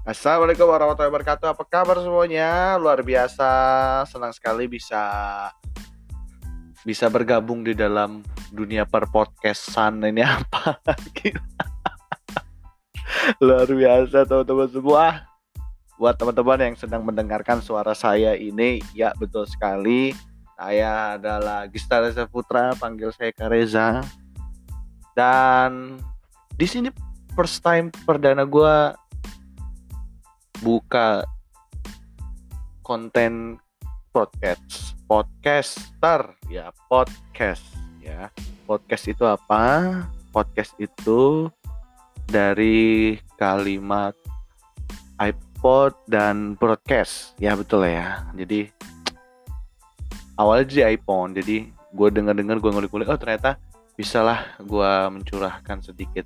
Assalamualaikum warahmatullahi wabarakatuh. Apa kabar semuanya? Luar biasa, senang sekali bisa bergabung di dalam dunia perpodcastan ini apa? Luar biasa teman-teman semua. Buat teman-teman yang sedang mendengarkan suara saya ini, ya betul sekali. Saya adalah Gista Reza Putra, panggil saya Kak Reza. Dan di sini first time perdana gue buka konten podcaster ya. Podcast itu apa? Podcast itu dari kalimat iPod dan broadcast, ya betul ya. Jadi awalnya di iPhone, jadi gue dengar gue ngulik-ngulik, oh ternyata bisalah gue mencurahkan sedikit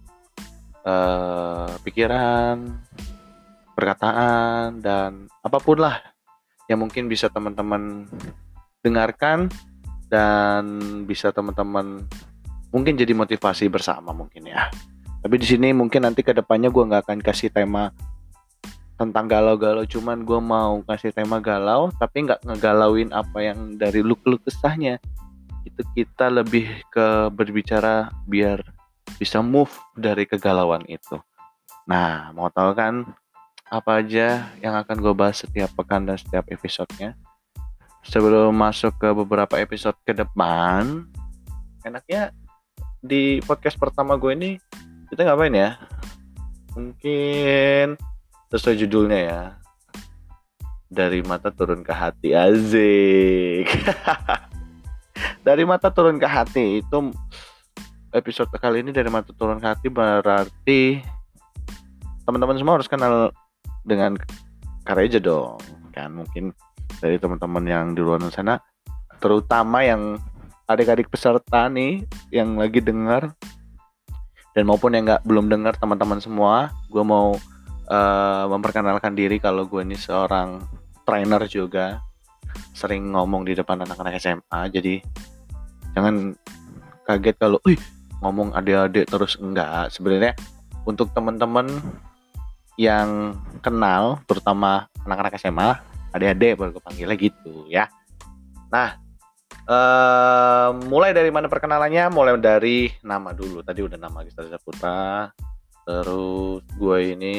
pikiran, perkataan, dan apapun lah yang mungkin bisa teman-teman dengarkan dan bisa teman-teman mungkin jadi motivasi bersama mungkin ya. Tapi di sini mungkin nanti kedepannya gue nggak akan kasih tema tentang galau-galau, cuman gue mau kasih tema galau tapi nggak ngegalauin apa yang dari lu kesahnya. Itu kita lebih ke berbicara biar bisa move dari kegalauan itu. Nah, mau tahu kan apa aja yang akan gue bahas setiap pekan dan setiap episodenya? Sebelum masuk ke beberapa episode ke depan, enaknya di podcast pertama gue ini kita ngapain ya? Mungkin sesuai judulnya ya, dari mata turun ke hati. Asik. Dari mata turun ke hati itu episode kali ini. Dari mata turun ke hati berarti teman-teman semua harus kenal dengan Kareja dong kan. Mungkin dari teman-teman yang di luar sana, terutama yang adik-adik peserta nih yang lagi dengar, dan maupun yang belum dengar, teman-teman semua, gue mau memperkenalkan diri kalau gue ini seorang trainer juga, sering ngomong di depan anak-anak SMA. Jadi jangan kaget kalau ngomong adik-adik terus, enggak. Sebenarnya untuk teman-teman yang kenal, terutama anak-anak SMA, adik-adik baru gue panggilnya gitu ya. Nah, mulai dari mana perkenalannya? Mulai dari nama dulu. Tadi udah nama Gista Reza Putra. Terus gue ini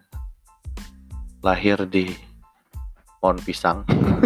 lahir di pohon pisang.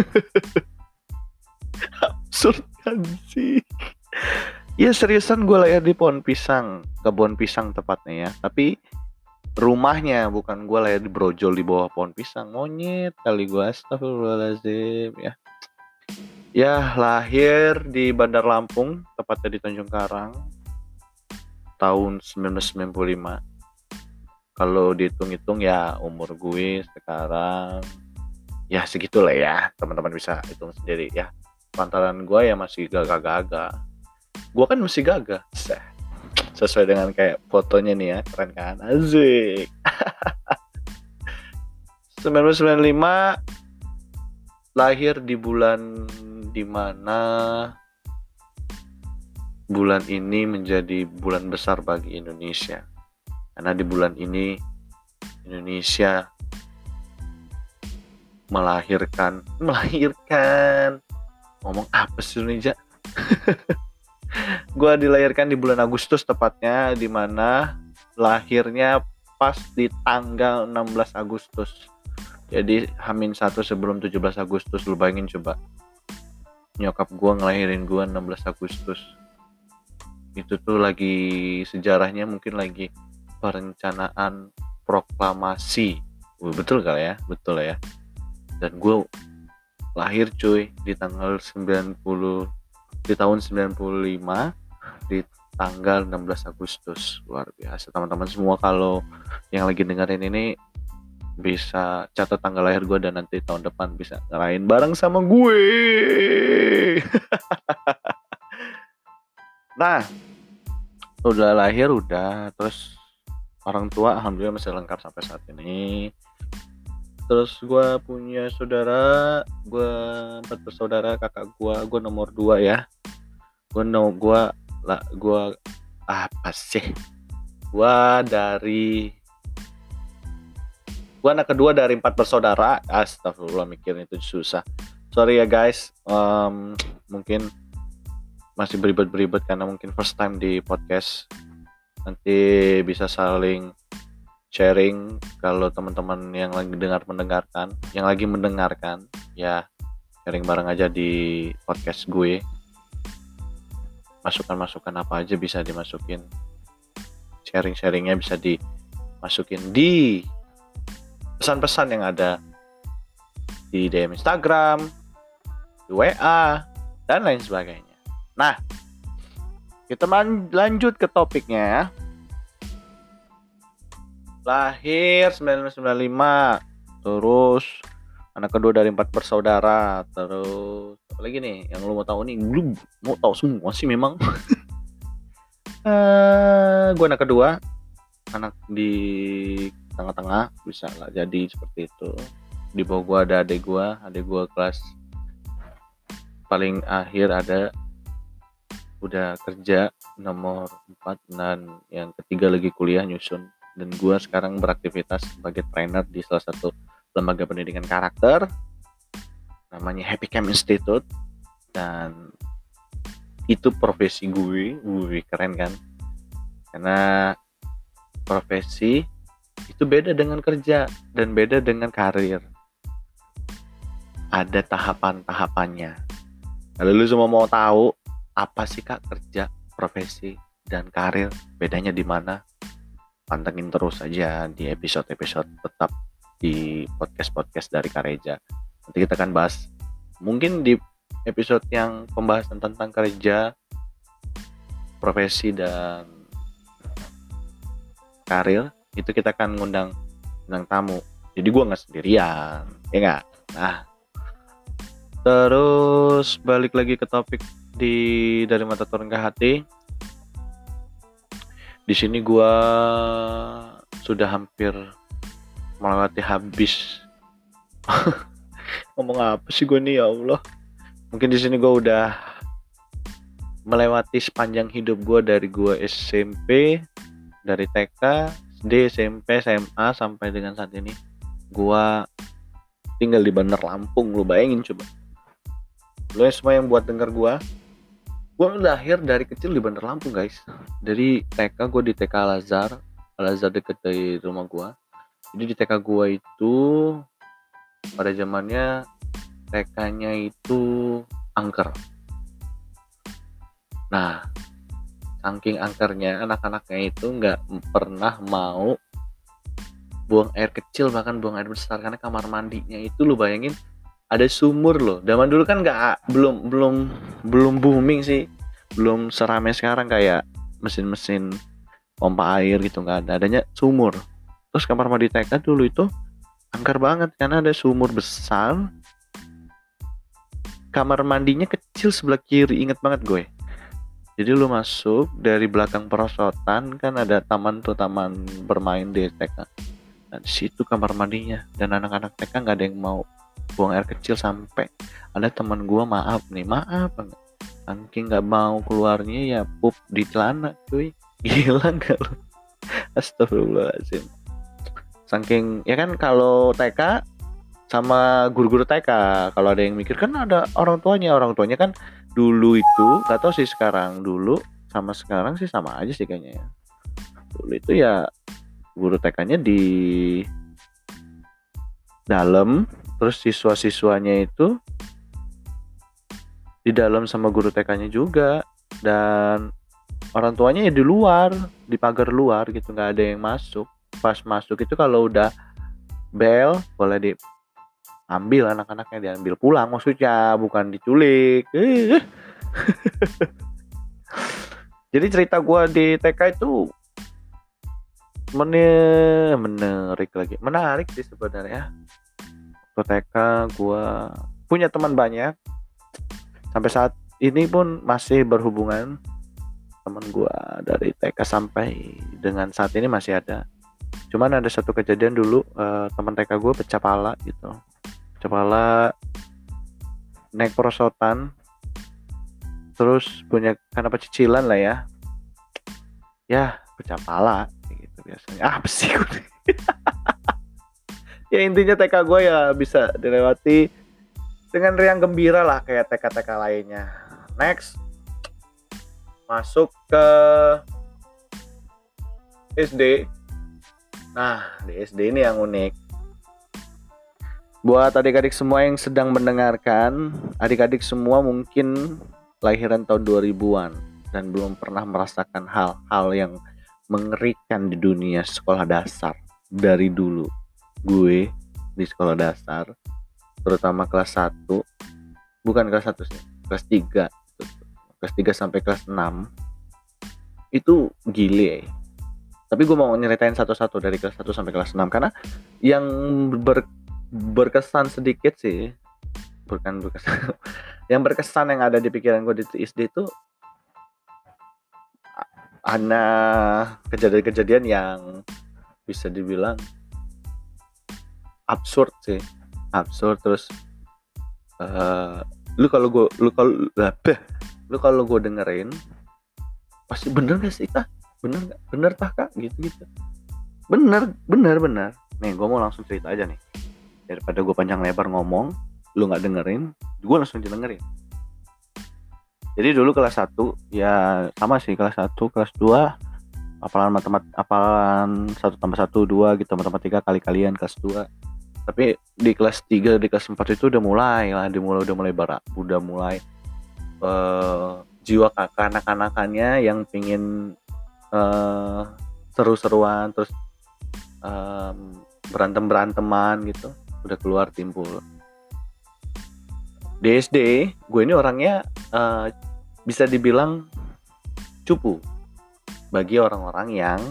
Absurd kan sih? Ya seriusan, gue lahir di pohon pisang, kebun pisang tepatnya ya. Tapi rumahnya, bukan gue lahir di brojol di bawah pohon pisang. Monyet kali gue, astagfirullahaladzim ya. Ya, lahir di Bandar Lampung, tepatnya di Tanjung Karang, tahun 1995. Kalau dihitung-hitung ya umur gue sekarang ya segitulah ya, teman-teman bisa hitung sendiri ya. Lantaran gue ya masih gagah-gagah. Gue kan masih gagah, sesuai dengan kayak fotonya nih ya, keren kan, asik. 1995 lahir di bulan dimana bulan ini menjadi bulan besar bagi Indonesia. Karena di bulan ini Indonesia melahirkan ngomong apa sih Indonesia? Gue dilahirkan di bulan Agustus tepatnya, di mana lahirnya pas di tanggal 16 Agustus. Jadi H-1 sebelum 17 Agustus. Lu bayangin coba, nyokap gue ngelahirin gue 16 Agustus. Itu tuh lagi sejarahnya, mungkin lagi perencanaan proklamasi. Betul kali ya? Betul ya. Dan gue lahir cuy di tanggal 90, di tahun 95, di tanggal 16 Agustus. Luar biasa teman-teman semua. Kalau yang lagi dengerin ini bisa catat tanggal lahir gue, dan nanti tahun depan bisa ngerayain bareng sama gue. Nah, udah lahir udah, terus orang tua alhamdulillah masih lengkap sampai saat ini. Terus gue punya saudara, gue 4 bersaudara, kakak gue nomor 2 ya. Gue apa sih? Gue dari Gue anak kedua dari 4 bersaudara. Astagfirullah, mikirin itu susah. Sorry ya guys, mungkin masih beribet-beribet karena mungkin first time di podcast. Nanti bisa saling sharing kalau teman-teman yang lagi mendengarkan ya, sharing bareng aja di podcast gue. Masukan-masukan apa aja bisa dimasukin, sharing-sharingnya bisa dimasukin di pesan-pesan yang ada di DM Instagram, di WA, dan lain sebagainya. Nah, kita lanjut ke topiknya ya. Lahir 1995, terus anak kedua dari 4 bersaudara, terus apa lagi nih yang lu mau tahu nih? Belum mau tahu semua sih memang. Gue anak kedua, anak di tengah-tengah, bisa lah jadi seperti itu. Di bawah gue ada adik gue kelas paling akhir ada udah kerja nomor 4, dan yang ketiga lagi kuliah nyusun. Dan gue sekarang beraktivitas sebagai trainer di salah satu lembaga pendidikan karakter namanya Happy Camp Institute, dan itu profesi gue keren kan, karena profesi itu beda dengan kerja dan beda dengan karir, ada tahapan-tahapannya. Kalau lu semua mau tahu apa sih kak kerja, profesi, dan karir, bedanya di mana, pantengin terus aja di episode-episode tetap di podcast dari Kareja. Nanti kita akan bahas mungkin di episode yang pembahasan tentang kerja, profesi, dan karir, itu kita akan ngundang tamu. Jadi gue nggak sendirian, ya nggak? Nah, terus balik lagi ke topik dari mata turun ke hati. Di sini gue sudah hampir melewati habis. Ngomong apa sih gue nih, ya Allah. Mungkin di sini gue udah melewati sepanjang hidup gue, dari gue SMP, dari TK, SD, SMP, SMA sampai dengan saat ini. Gue tinggal di Bandar Lampung. Lu bayangin coba. Lu semua yang buat denger gue lahir dari kecil di Bandar Lampung guys. Dari TK gue di TK Al-Azhar deket dari rumah gue. Jadi di TK gue itu pada zamannya TK-nya itu angker. Nah, saking angkernya, anak-anaknya itu nggak pernah mau buang air kecil, bahkan buang air besar, karena kamar mandinya itu lu bayangin ada sumur loh. Zaman dulu kan belum booming sih, belum seramai sekarang kayak mesin-mesin pompa air gitu, nggak ada, adanya sumur. Terus kamar mandi TK dulu itu angker banget karena ada sumur besar, kamar mandinya kecil sebelah kiri, inget banget gue. Jadi lu masuk dari belakang perosotan, kan ada taman bermain di TK. Nah, di situ kamar mandinya, dan anak-anak TK nggak ada yang mau buang air kecil, sampai ada teman gue maaf banget, saking nggak mau keluarnya ya pup di celana, cuy. Gila nggak lu? Astagfirullahaladzim. Saking ya kan, kalau TK sama guru-guru TK, kalau ada yang mikir kan ada orang tuanya kan dulu itu, nggak tahu sih sekarang, dulu sama sekarang sih sama aja sih kayaknya ya. Dulu itu ya guru TK-nya di dalam, terus siswa-siswanya itu di dalam sama guru TK-nya juga, dan orang tuanya ya di luar, di pagar luar gitu, nggak ada yang masuk. Pas masuk itu kalau udah bel boleh diambil, anak-anaknya diambil pulang, maksudnya bukan diculik. Jadi cerita gue di TK itu menarik sih sebenarnya. Waktu TK gue punya teman banyak, sampai saat ini pun masih berhubungan. Teman gue dari TK sampai dengan saat ini masih ada. Cuman ada satu kejadian dulu, teman TK gue pecah pala gitu. Pecah pala naik perosotan, terus punya karena pecicilan lah ya pecah pala gitu biasanya. Apa sih gue? Ya intinya TK gue ya bisa dilewati dengan riang gembira lah kayak TK-TK lainnya. Next, masuk ke SD. Nah, di SD ini yang unik. Buat adik-adik semua yang sedang mendengarkan, adik-adik semua mungkin lahiran tahun 2000-an dan belum pernah merasakan hal-hal yang mengerikan di dunia sekolah dasar dari dulu. Gue di sekolah dasar, terutama kelas 1, bukan kelas 1 sih, kelas 3. Kelas 3 sampai kelas 6 itu gile. Tapi gue mau nyeritain satu-satu dari kelas 1 sampai kelas 6 karena yang berkesan sedikit sih, bukan berkesan. Yang berkesan yang ada di pikiran gue di SD itu ada kejadian-kejadian yang bisa dibilang absurd sih, absurd. Terus lu kalau gue dengerin pasti bener gak sih kak, bener tah kak, gitu bener. Nih gue mau langsung cerita aja nih, daripada gue panjang lebar ngomong lu nggak dengerin, gue langsung dengerin. Jadi dulu kelas 1 ya sama sih, kelas 1 kelas 2 apalan 1 tambah 1 2 gitu, matematika kali-kalian kelas 2. Tapi di kelas 3 di kelas 4 itu udah mulai jiwa kanak-kanakannya yang pingin seru-seruan, terus berantem-beranteman gitu udah keluar timbul. Di SD gue ini orangnya bisa dibilang cupu bagi orang-orang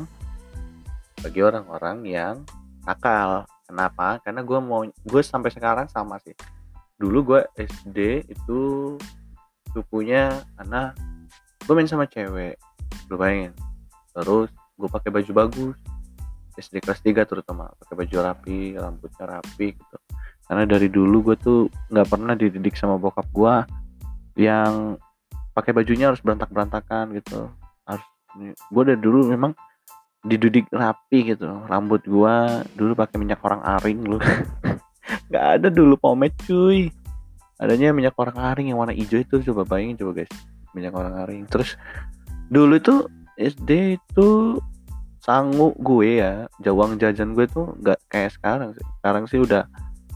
yang nakal. Kenapa? Karena gue sampai sekarang sama sih. Dulu gue SD itu cupunya karena gue main sama cewek, lu bayangin. Terus gue pakai baju bagus, SD kelas 3 terutama, pakai baju rapi, rambutnya rapi gitu. Karena dari dulu gue tuh nggak pernah dididik sama bokap gue yang pakai bajunya harus berantakan gitu. Gue dari dulu memang dididik rapi gitu. Rambut gue dulu pakai minyak orang aring lu. Nggak ada dulu pomade cuy. Adanya minyak orang aring yang warna hijau itu, coba bayangin coba guys, minyak orang aring. Terus dulu itu SD itu sangu gue ya, jawang jajan gue tuh nggak kayak sekarang sih. Sekarang sih udah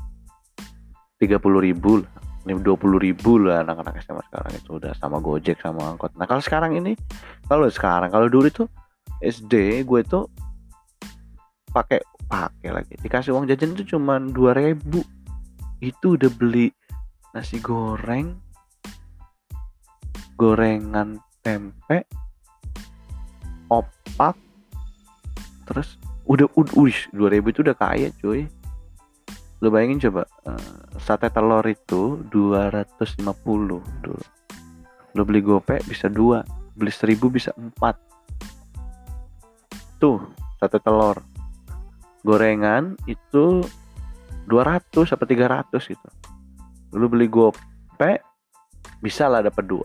30.000 lah, 20.000 lah anak-anak SMA sekarang itu udah sama Gojek sama angkot. Nah kalau kalau dulu itu SD gue tuh pakai lagi dikasih uang jajan itu cuma 2.000, itu udah beli nasi goreng, gorengan tempe, opak, terus udah 2.000 itu udah kaya cuy. Lu bayangin coba, sate telur itu 250 dulu. Lu beli gope bisa 2, beli 1.000 bisa 4. Tuh, sate telur. Gorengan itu 200 apa 300 gitu. Lu beli gope bisa lah dapat 2.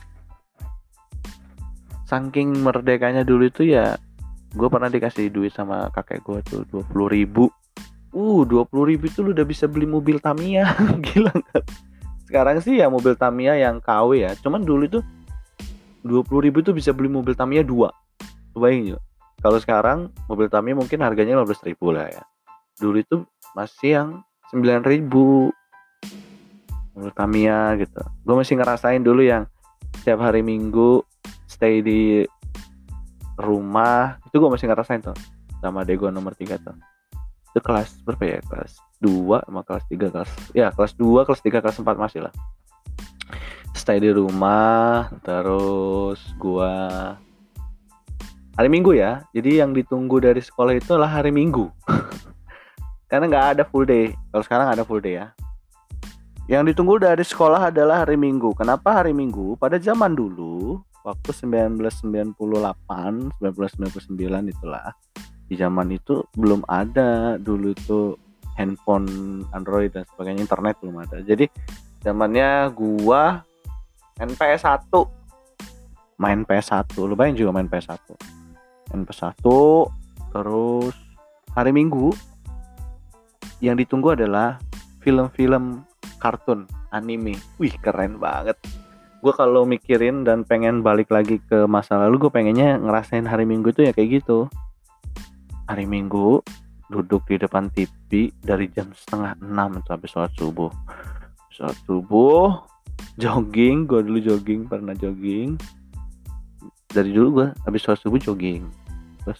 Saking merdekanya dulu itu ya, gue pernah dikasih duit sama kakek gue tuh 20.000. 20.000 itu lu udah bisa beli mobil Tamiya. Gila gak? Sekarang sih ya mobil Tamiya yang KW ya. Cuman dulu itu 20.000 itu bisa beli mobil Tamiya 2. Lu bayangin juga. Kalau sekarang mobil Tamiya mungkin harganya 15.000 lah ya. Dulu itu masih yang 9.000 mobil Tamiya gitu. Gue masih ngerasain dulu yang setiap hari Minggu stay di rumah. Itu gue masih ngerasain tuh sama adek gue nomor 3 tuh. Itu kelas berapa ya? Kelas 2 sama kelas 3 kelas 2, kelas 3, kelas 4 masih lah. Stay di rumah, terus gua hari Minggu ya. Jadi yang ditunggu dari sekolah itu adalah hari Minggu. Karena nggak ada full day. Kalau sekarang ada full day ya. Yang ditunggu dari sekolah adalah hari Minggu. Kenapa hari Minggu? Pada zaman dulu, waktu 1998, 1999 itulah. Di zaman itu belum ada dulu itu handphone Android dan sebagainya, internet belum ada. Jadi zamannya gua main PS1. Lu bayangin juga main PS1. Main PS1 terus hari Minggu yang ditunggu adalah film-film kartun anime. Wih, keren banget. Gue kalau mikirin dan pengen balik lagi ke masa lalu, gue pengennya ngerasain hari Minggu itu ya kayak gitu. Hari Minggu duduk di depan TV dari jam 5:30 itu habis sholat subuh. Sholat subuh, jogging. Gue dulu jogging, pernah jogging. Dari dulu gue habis sholat subuh jogging. Terus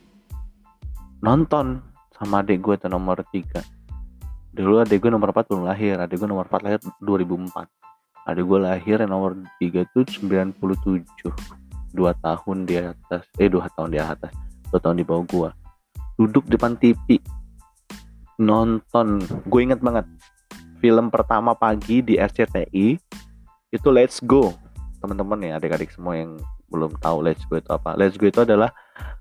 nonton sama adik gue tuh nomor 3. Dulu adik gue nomor 4 belum lahir. Adik gue nomor 4 lahir 2004. Adik gue lahir yang nomor 3 tuh 97. 2 tahun di atas. 2 tahun di atas. 2 tahun di bawah gue. Duduk depan TV. Nonton. Gue inget banget. Film pertama pagi di RCTI. Itu Let's Go. Teman-teman ya, adik-adik semua yang belum tahu Let's Go itu apa. Let's Go itu adalah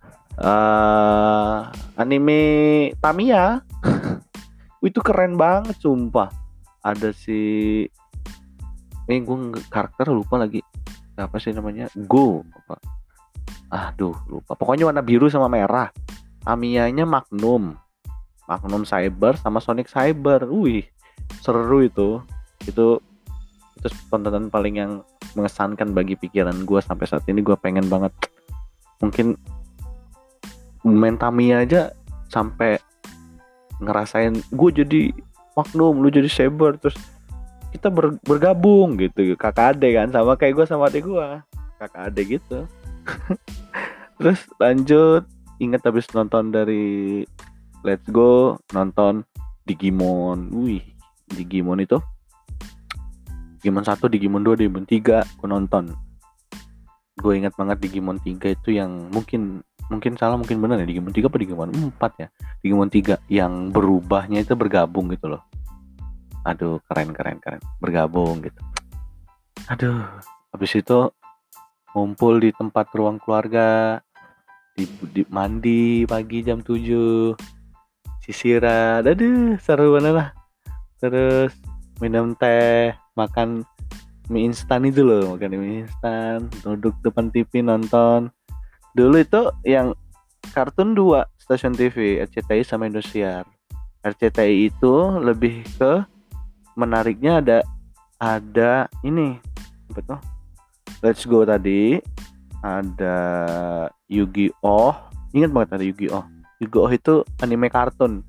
anime Tamiya. Itu keren banget sumpah. Ada si gue karakter lupa lagi. Apa sih namanya? Go apa? Aduh, lupa. Pokoknya warna biru sama merah. Tamiyanya Magnum Cyber sama Sonic Cyber. Wih, seru itu. Itu tontonan paling yang mengesankan bagi pikiran gue sampai saat ini. Gue pengen banget mungkin main Tamiya aja sampai ngerasain gue jadi Magnum, lu jadi Saber, terus kita bergabung gitu, kakak adek kan, sama kayak gue sama adik gue, kakak adek gitu. Terus lanjut, inget habis nonton dari Let's Go, nonton Digimon. Wih, Digimon itu Digimon 1, Digimon 2, Digimon 3 gue nonton. Gue inget banget Digimon 3 itu yang mungkin salah, mungkin benar ya, Digimon 3 apa Digimon 4 ya. Digimon 3 yang berubahnya itu bergabung gitu loh. Aduh, keren. Bergabung gitu. Aduh, habis itu ngumpul di tempat ruang keluarga, di mandi pagi jam 7, sisiran. Aduh, seru banget lah. Terus minum teh, makan mie instan itu loh, makan mie instan, duduk depan TV nonton. Dulu itu yang kartun 2 stasiun TV, RCTI sama Indosiar. RCTI itu lebih ke menariknya ada ini apa tuh? Let's Go tadi, ada Yu-Gi-Oh. Ingat banget ada Yu-Gi-Oh. Yu-Gi-Oh itu anime kartun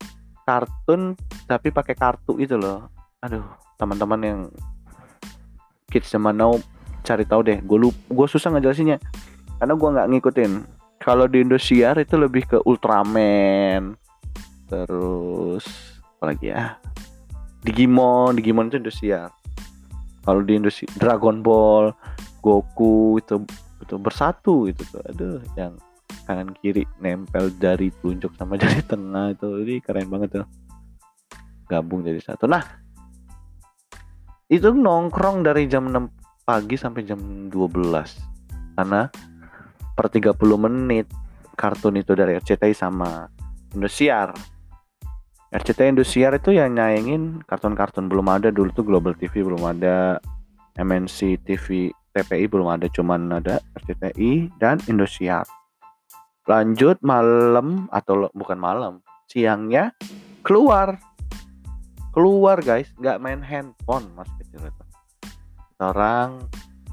tapi pakai kartu itu loh. Aduh, teman-teman yang kids zaman now cari tahu deh. Gue susah ngejelasinnya karena gue nggak ngikutin. Kalau di Indosiar itu lebih ke Ultraman, terus apa lagi ya, Digimon itu Indosiar. Kalau di Indosiar Dragon Ball, Goku itu bersatu itu tuh. Aduh, yang tangan kiri nempel jari telunjuk sama jari tengah itu, ini keren banget tuh, gabung jadi satu. Nah, itu nongkrong dari jam 6 pagi sampai jam 12 karena per 30 menit kartun itu dari RCTI sama Indosiar. RCTI Indosiar itu yang nyayangin kartun-kartun, belum ada dulu tuh Global TV, belum ada MNC TV, TPI belum ada, cuman ada RCTI dan Indosiar. Lanjut malam atau bukan malam, siangnya keluar guys, nggak main handphone mas kecil itu. Kita orang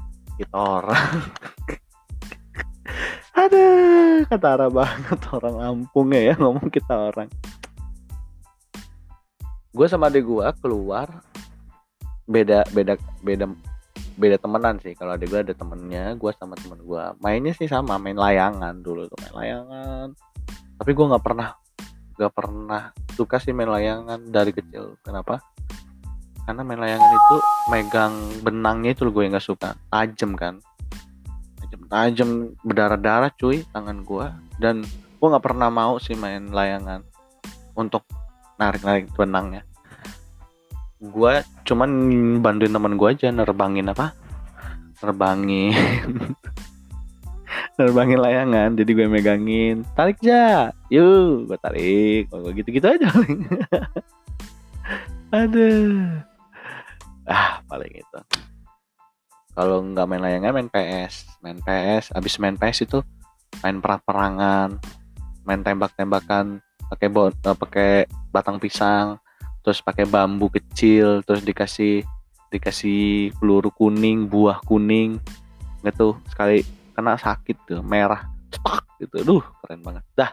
aduh, ketara banget orang Lampung ya ngomong kita orang. Gue sama adik gue keluar beda temenan sih. Kalau adik gue ada temennya, gue sama temen gue mainnya sih sama, main layangan dulu tuh, main layangan. Tapi gue nggak pernah suka sih main layangan dari kecil. Kenapa? Karena main layangan itu megang benangnya itu gue nggak suka, tajam kan, tajam berdarah-darah cuy tangan gue. Dan gue nggak pernah mau sih main layangan untuk narik benangnya. Gue cuman bantuin teman gue aja nerbangin layangan. Jadi gue megangin, tarik aja, yuk gue tarik, gue gitu aja. Aduh, paling itu. Kalau nggak main layangan, main PS. Abis main PS itu main perang-perangan, main tembak-tembakan pakai batang pisang, terus pakai bambu kecil, terus dikasih peluru kuning, buah kuning gitu, sekali kena sakit tuh merah cetak gitu. Duh, keren banget dah.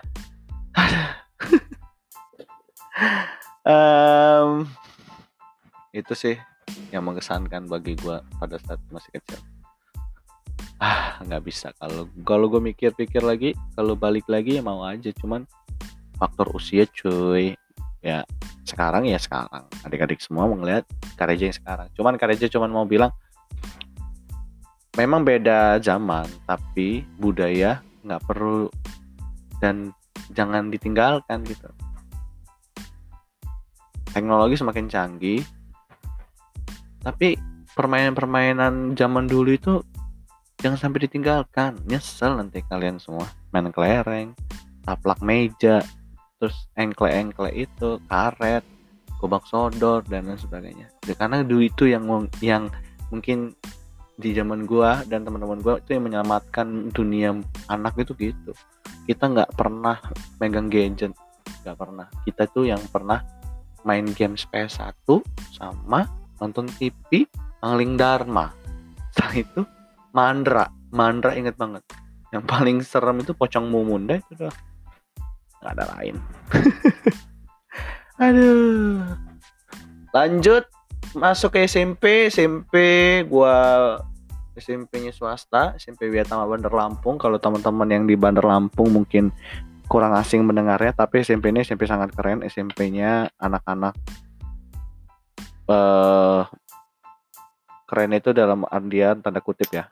Itu sih yang mengesankan bagi gue pada saat masih kecil. Nggak bisa, kalau gue mikir-pikir lagi, kalau balik lagi ya mau aja, cuman faktor usia cuy. Ya sekarang adik-adik semua mau ngeliat Kareja yang sekarang. Cuman Kareja cuman mau bilang, memang beda zaman, tapi budaya nggak perlu dan jangan ditinggalkan gitu. Teknologi semakin canggih, tapi permainan-permainan zaman dulu itu jangan sampai ditinggalkan. Nyesel nanti kalian semua main kelereng, taplak meja, terus engkle itu, karet, gobak sodor dan lain sebagainya. Ya, karena dulu itu yang mungkin di zaman gua dan teman-teman gua itu yang menyelamatkan dunia anak itu gitu. Kita nggak pernah megang gadget, nggak pernah. Kita tuh yang pernah main game PS1 sama nonton TV Angling Dharma. Setelah itu Mandra inget banget. Yang paling serem itu Pocong Mumunda, itu dah nggak ada lain. Aduh. Lanjut masuk ke SMP gua SMP-nya swasta, SMP Wiatama Bandar Lampung. Kalau teman-teman yang di Bandar Lampung mungkin kurang asing mendengarnya, tapi SMP ini SMP sangat keren. SMP-nya anak-anak keren itu dalam artian tanda kutip ya.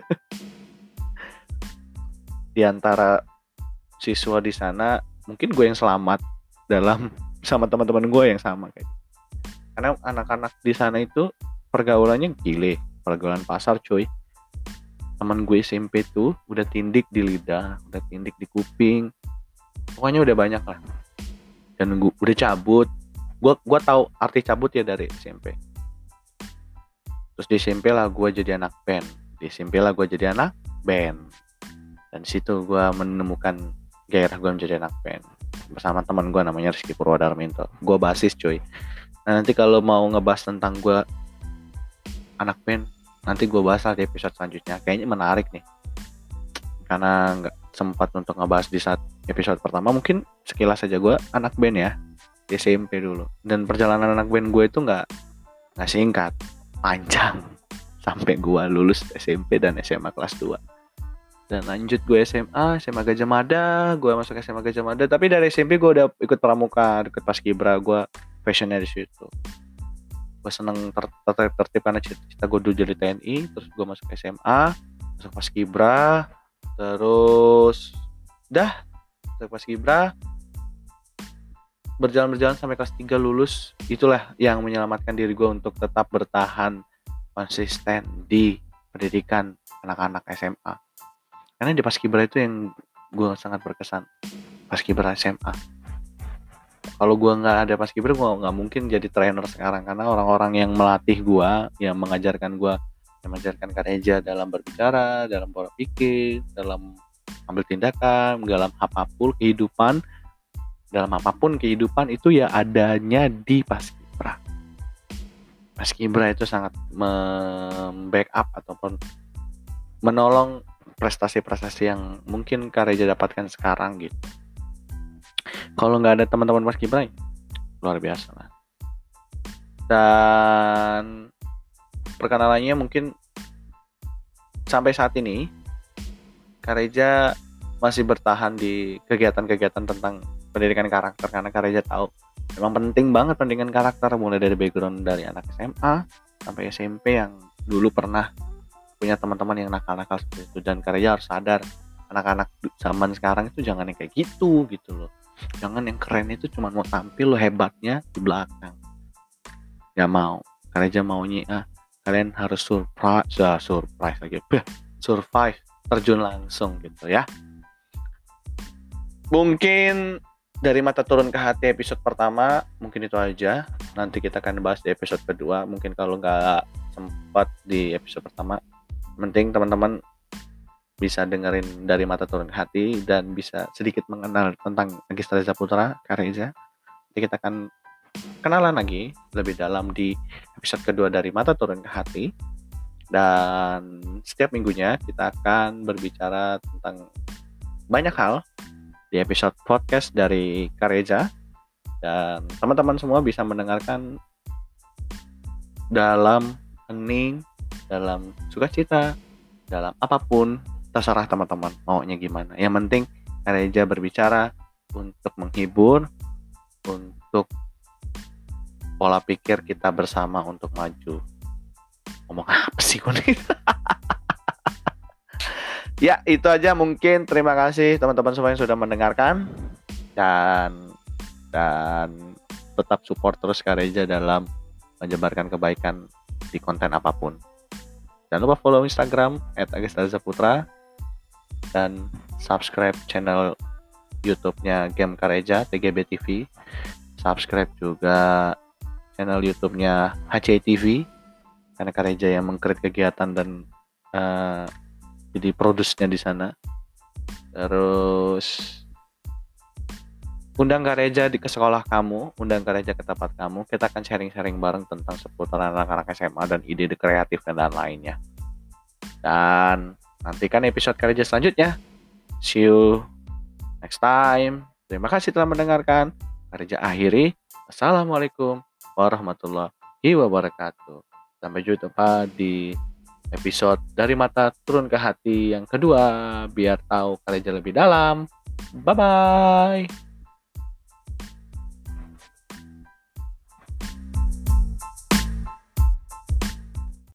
Di antara siswa di sana mungkin gue yang selamat dalam sama teman-teman gue yang sama kayak. Karena anak-anak di sana itu pergaulannya gile, pergaulan pasar cuy. Teman gue SMP tuh udah tindik di lidah, udah tindik di kuping, pokoknya udah banyak lah. Dan gue udah cabut. Gue tahu arti cabut ya dari SMP. Terus di SMP lah gue jadi anak band. Dan situ gue menemukan gairah gue menjadi anak band bersama teman gue namanya Rizky Purwadarminto. Gue basis cuy. Nah nanti kalau mau ngebahas tentang gue anak band, nanti gue bahas lah di episode selanjutnya. Kayaknya menarik nih, karena nggak sempat untuk ngebahas di saat episode pertama. Mungkin sekilas saja gue anak band ya di SMP dulu. Dan perjalanan anak band gue itu nggak singkat, panjang sampai gue lulus SMP dan SMA kelas 2. Dan lanjut gue SMA Gajah Mada. Gue masuk SMA Gajah Mada. Tapi dari SMP gue udah ikut pramuka, ikut paskibra. Gue fashionnya di situ. Gue seneng tertib karena cita-cita gue dulu jadi TNI. Terus gue masuk SMA, masuk paskibra. Terus masuk paskibra. Berjalan sampai kelas 3 lulus. Itulah yang menyelamatkan diri gue untuk tetap bertahan konsisten di pendidikan anak-anak SMA. Karena di paskibra itu yang gue sangat berkesan, paskibra SMA. Kalau gue nggak ada paskibra, gue nggak mungkin jadi trainer sekarang. Karena orang-orang yang melatih gue, yang mengajarkan Kareja dalam berbicara, dalam pola pikir, dalam ambil tindakan, dalam apapun kehidupan itu ya adanya di paskibra. Paskibra itu sangat membackup ataupun menolong prestasi-prestasi yang mungkin Kareja dapatkan sekarang gitu. Kalau nggak ada teman-teman paskibra, luar biasa lah. Dan perkenalannya mungkin sampai saat ini Kareja masih bertahan di kegiatan-kegiatan tentang pendidikan karakter, karena Kareja tahu memang penting banget pendidikan karakter, mulai dari background dari anak SMA sampai SMP yang dulu pernah punya teman-teman yang nakal-nakal seperti itu. Dan Kareja harus sadar, anak-anak zaman sekarang itu jangan yang kayak gitu loh. Jangan yang keren itu cuma mau tampil lo hebatnya di belakang. Gak mau. Kareja maunya kalian harus survive, terjun langsung gitu ya. Mungkin dari mata turun ke hati episode pertama mungkin itu aja. Nanti kita akan bahas di episode kedua. Mungkin kalau nggak sempat di episode pertama, penting teman-teman bisa dengerin Dari Mata Turun ke Hati dan bisa sedikit mengenal tentang Agista Reza Putra, Kak Reza. Jadi kita akan kenalan lagi lebih dalam di episode kedua Dari Mata Turun ke Hati. Dan setiap minggunya kita akan berbicara tentang banyak hal di episode podcast dari Kak Reza. Dan teman-teman semua bisa mendengarkan dalam hening, dalam sukacita, dalam apapun, terserah teman-teman maunya gimana. Yang penting Kak Reza berbicara untuk menghibur, untuk pola pikir kita bersama untuk maju. Ngomong apa sih kok nih? Ya, itu aja mungkin. Terima kasih teman-teman semua yang sudah mendengarkan dan tetap support terus Kak Reza dalam menyebarkan kebaikan di konten apapun. Jangan lupa follow Instagram @agistarezaputra dan subscribe channel YouTube-nya Game Kak Reza TGB TV. Subscribe juga channel YouTube-nya HCTV karena Kak Reza yang meng-create kegiatan dan jadi produsnya di sana. Terus undang Kak Reza ke sekolah kamu, undang Kak Reza ke tempat kamu. Kita akan sharing-sharing bareng tentang seputar anak-anak SMA dan ide kreatif dan lainnya. Dan nantikan episode Kak Reza selanjutnya. See you next time. Terima kasih telah mendengarkan. Kak Reza akhiri. Assalamualaikum warahmatullahi wabarakatuh. Sampai jumpa di episode Dari Mata Turun ke Hati yang kedua. Biar tahu Kak Reza lebih dalam. Bye-bye.